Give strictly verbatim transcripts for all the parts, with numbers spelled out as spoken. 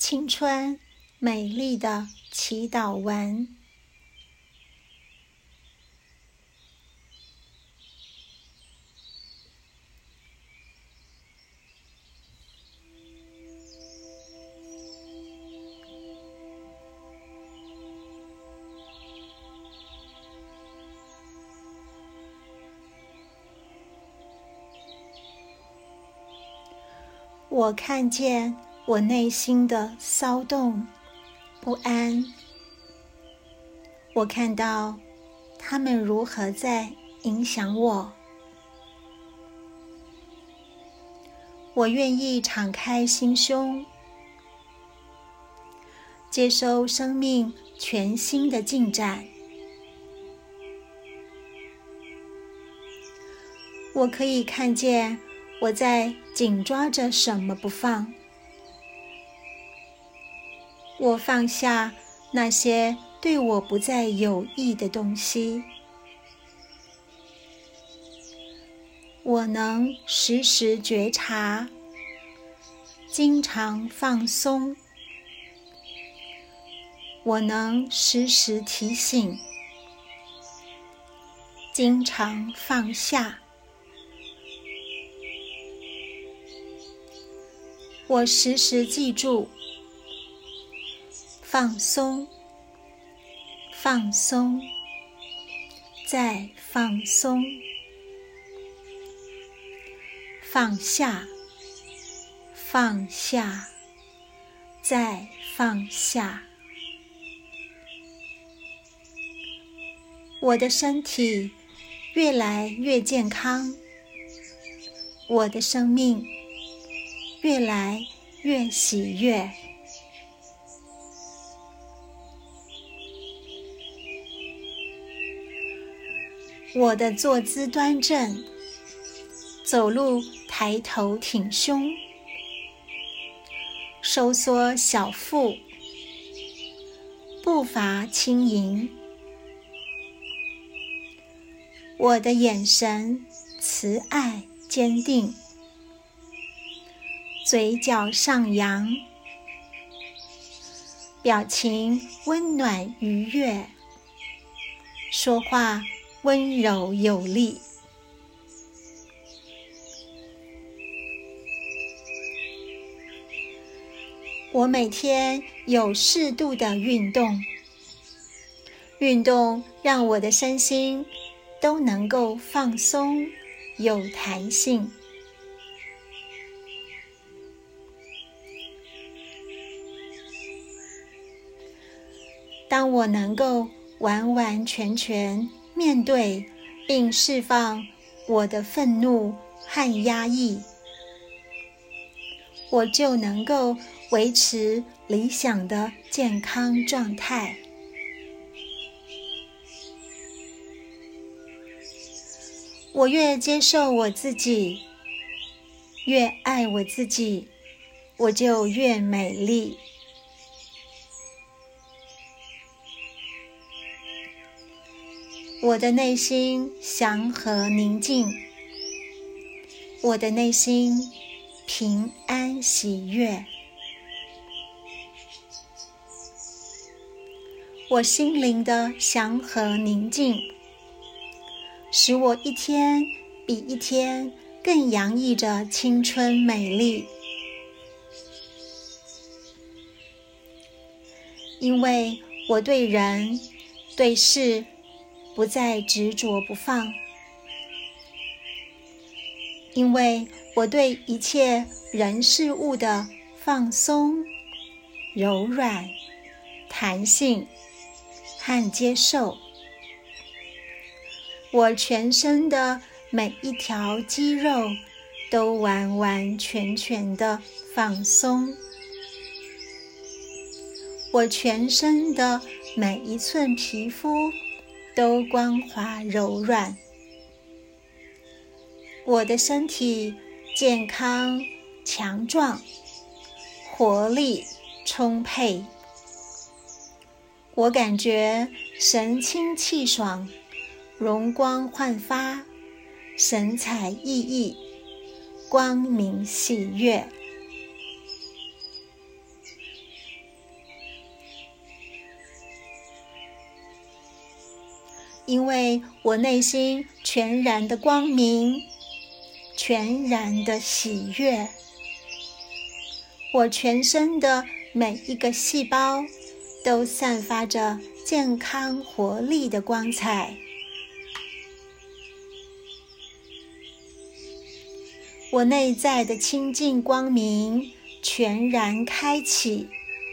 青春美丽的祈祷文。我看见我内心的骚动、不安，我看到他们如何在影响我。我愿意敞开心胸，接收生命全新的进展。我可以看见我在紧抓着什么不放，我放下那些对我不再有益的东西。我能时时觉察，经常放松。我能时时提醒，经常放下。我时时记住，放松，放松，再放松，放下，放下，再放下。我的身体越来越健康，我的生命越来越喜悦。我的坐姿端正，走路抬头挺胸，收缩小腹，步伐轻盈。我的眼神慈爱坚定，嘴角上扬，表情温暖愉悦，说话温柔有力。我每天有适度的运动，运动让我的身心都能够放松，有弹性。当我能够完完全全面对并释放我的愤怒和压抑，我就能够维持理想的健康状态。我越接受我自己，越爱我自己，我就越美丽。我的内心祥和宁静，我的内心平安喜悦。我心灵的祥和宁静，使我一天比一天更洋溢着青春美丽。因为我对人对事不再执着不放，因为我对一切人事物的放松、柔软、弹性和接受，我全身的每一条肌肉都完完全全的放松，我全身的每一寸皮肤都光滑柔软，我的身体健康强壮，活力充沛，我感觉神清气爽，容光焕发，神采奕奕，光明喜悦。 因为我内心全然的光明，全然的喜悦。我全身的每一个细胞都散发着健康活力的光彩。我内在的清净光明全然开启，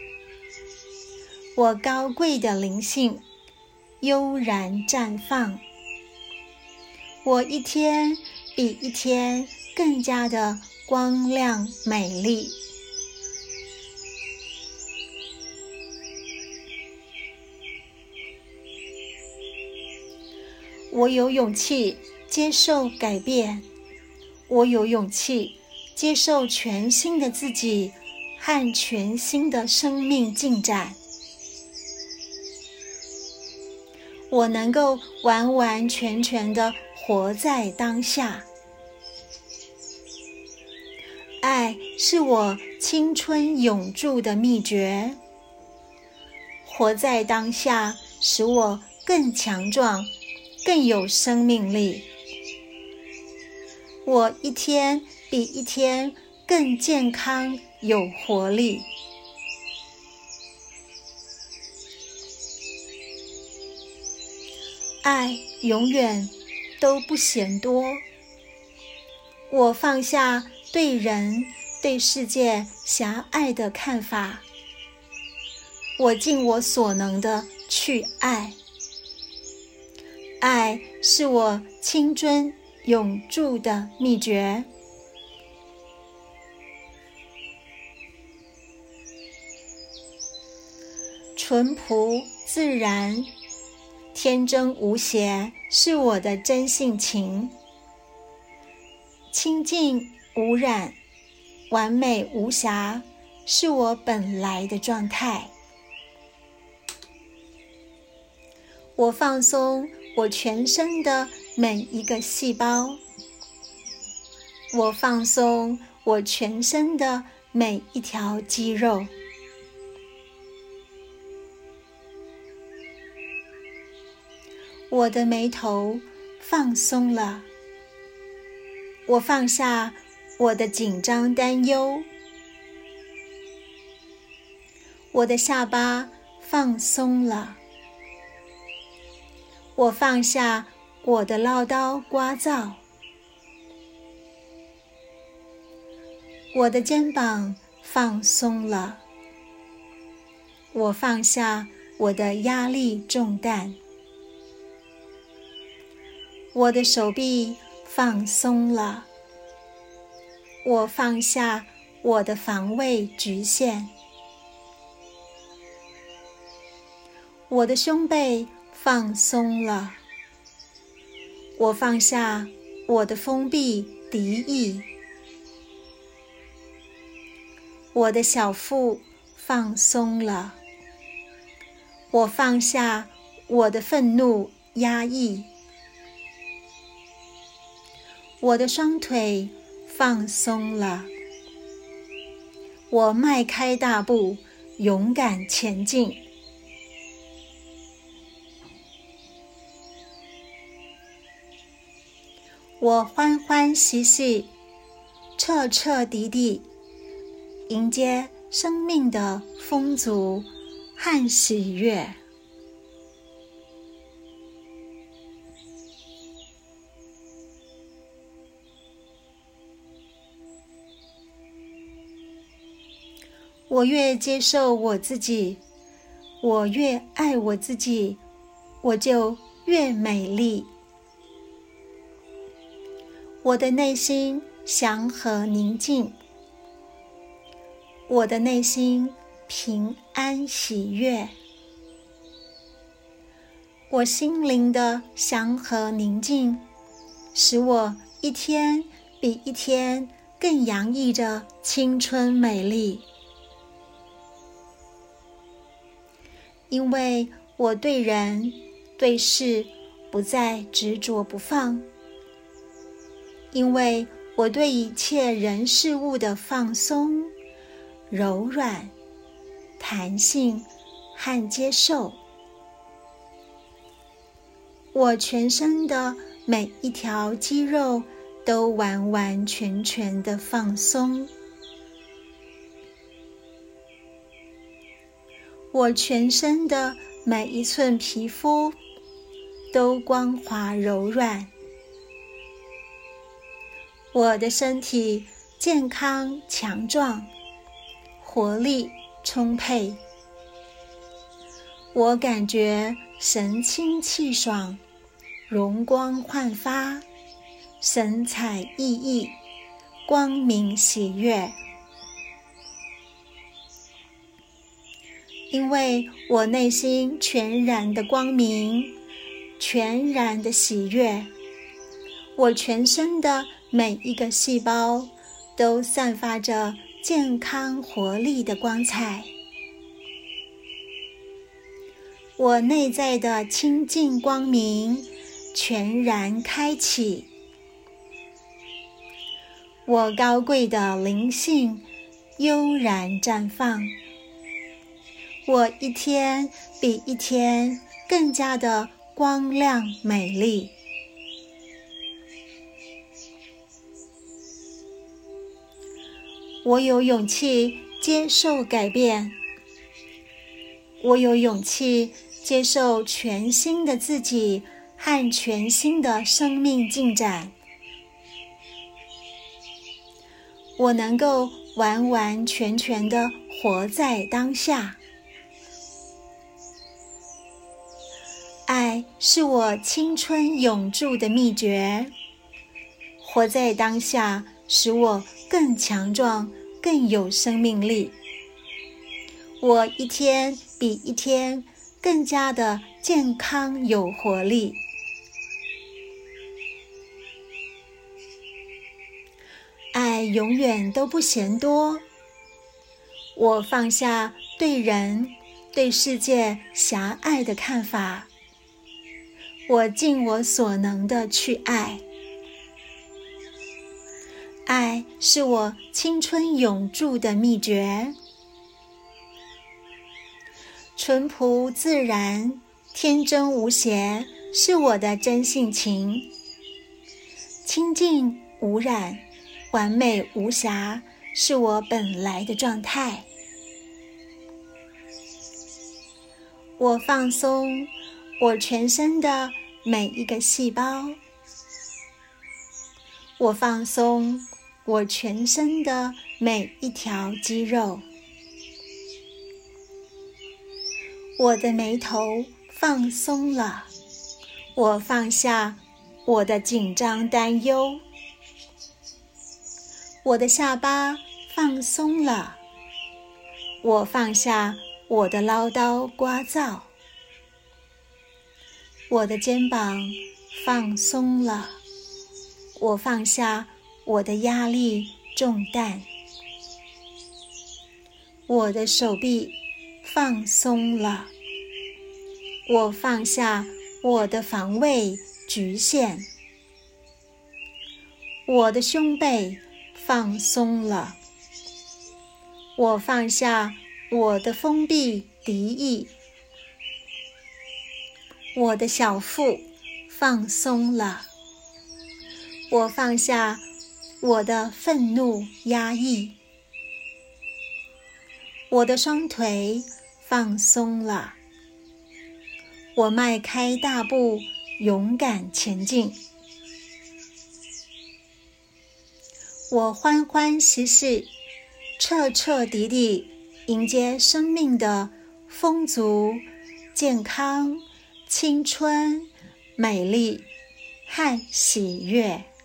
我高贵的灵性悠然绽放。我一天比一天更加的光亮美丽。我有勇气接受改变，我有勇气接受全新的自己和全新的生命进展。我能够完完全全地活在当下。爱是我青春永驻的秘诀。活在当下使我更强壮，更有生命力。我一天比一天更健康有活力。爱永远都不嫌多。我放下对人、对世界狭隘的看法，我尽我所能的去爱。爱是我青春永驻的秘诀。淳朴自然，天真无邪是我的真性情。清净无染，完美无瑕是我本来的状态。我放松我全身的每一个细胞，我放松我全身的每一条肌肉。我的眉头放松了，我放下我的紧张担忧，我的下巴放松了，我放下我的唠叨聒噪，我的肩膀放松了，我放下我的压力重担，我的手臂放松了，我放下我的防卫局限，我的胸背放松了，我放下我的封闭敌意，我的小腹放松了，我放下我的愤怒压抑，我的双腿放松了，我迈开大步，勇敢前进。我欢欢喜喜，彻彻底底迎接生命的丰足和喜悦。我越接受我自己，我越爱我自己，我就越美丽。我的内心祥和宁静，我的内心平安喜悦。我心灵的祥和宁静，使我一天比一天更洋溢着青春美丽。因为我对人对事不再执着不放，因为我对一切人事物的放松、柔软、弹性和接受， 我全身的每一条肌肉都完完全全的放松，我全身的每一寸皮肤都光滑柔软，我的身体健康强壮，活力充沛，我感觉神清气爽，容光焕发，神采奕奕，光明喜悦。因为我内心全然的光明，全然的喜悦，我全身的每一个细胞都散发着健康活力的光彩。我内在的清净光明全然开启，我高贵的灵性悠然绽放，我一天比一天更加的光亮美丽。我有勇气接受改变，我有勇气接受全新的自己和全新的生命进展。我能够完完全全地活在当下。爱是我青春永驻的秘诀，活在当下使我更强壮，更有生命力。我一天比一天更加的健康有活力。爱永远都不嫌多。我放下对人、对世界狭隘的看法，我尽我所能的去爱。爱是我青春永驻的秘诀。淳朴自然、天真无邪是我的真性情。清净无染、完美无瑕是我本来的状态。我放松我全身的每一个细胞，我放松我全身的每一条肌肉，我的眉头放松了，我放下我的紧张担忧，我的下巴放松了，我放下我的唠叨聒噪，我的肩膀放松了，我放下我的压力重担，我的手臂放松了，我放下我的防卫局限，我的胸背放松了，我放下我的封闭敌意，我的小腹放松了，我放下我的愤怒压抑，我的双腿放松了，我迈开大步勇敢前进，我欢欢喜喜彻彻底底迎接生命的丰足、健康、青春、美丽和喜悦。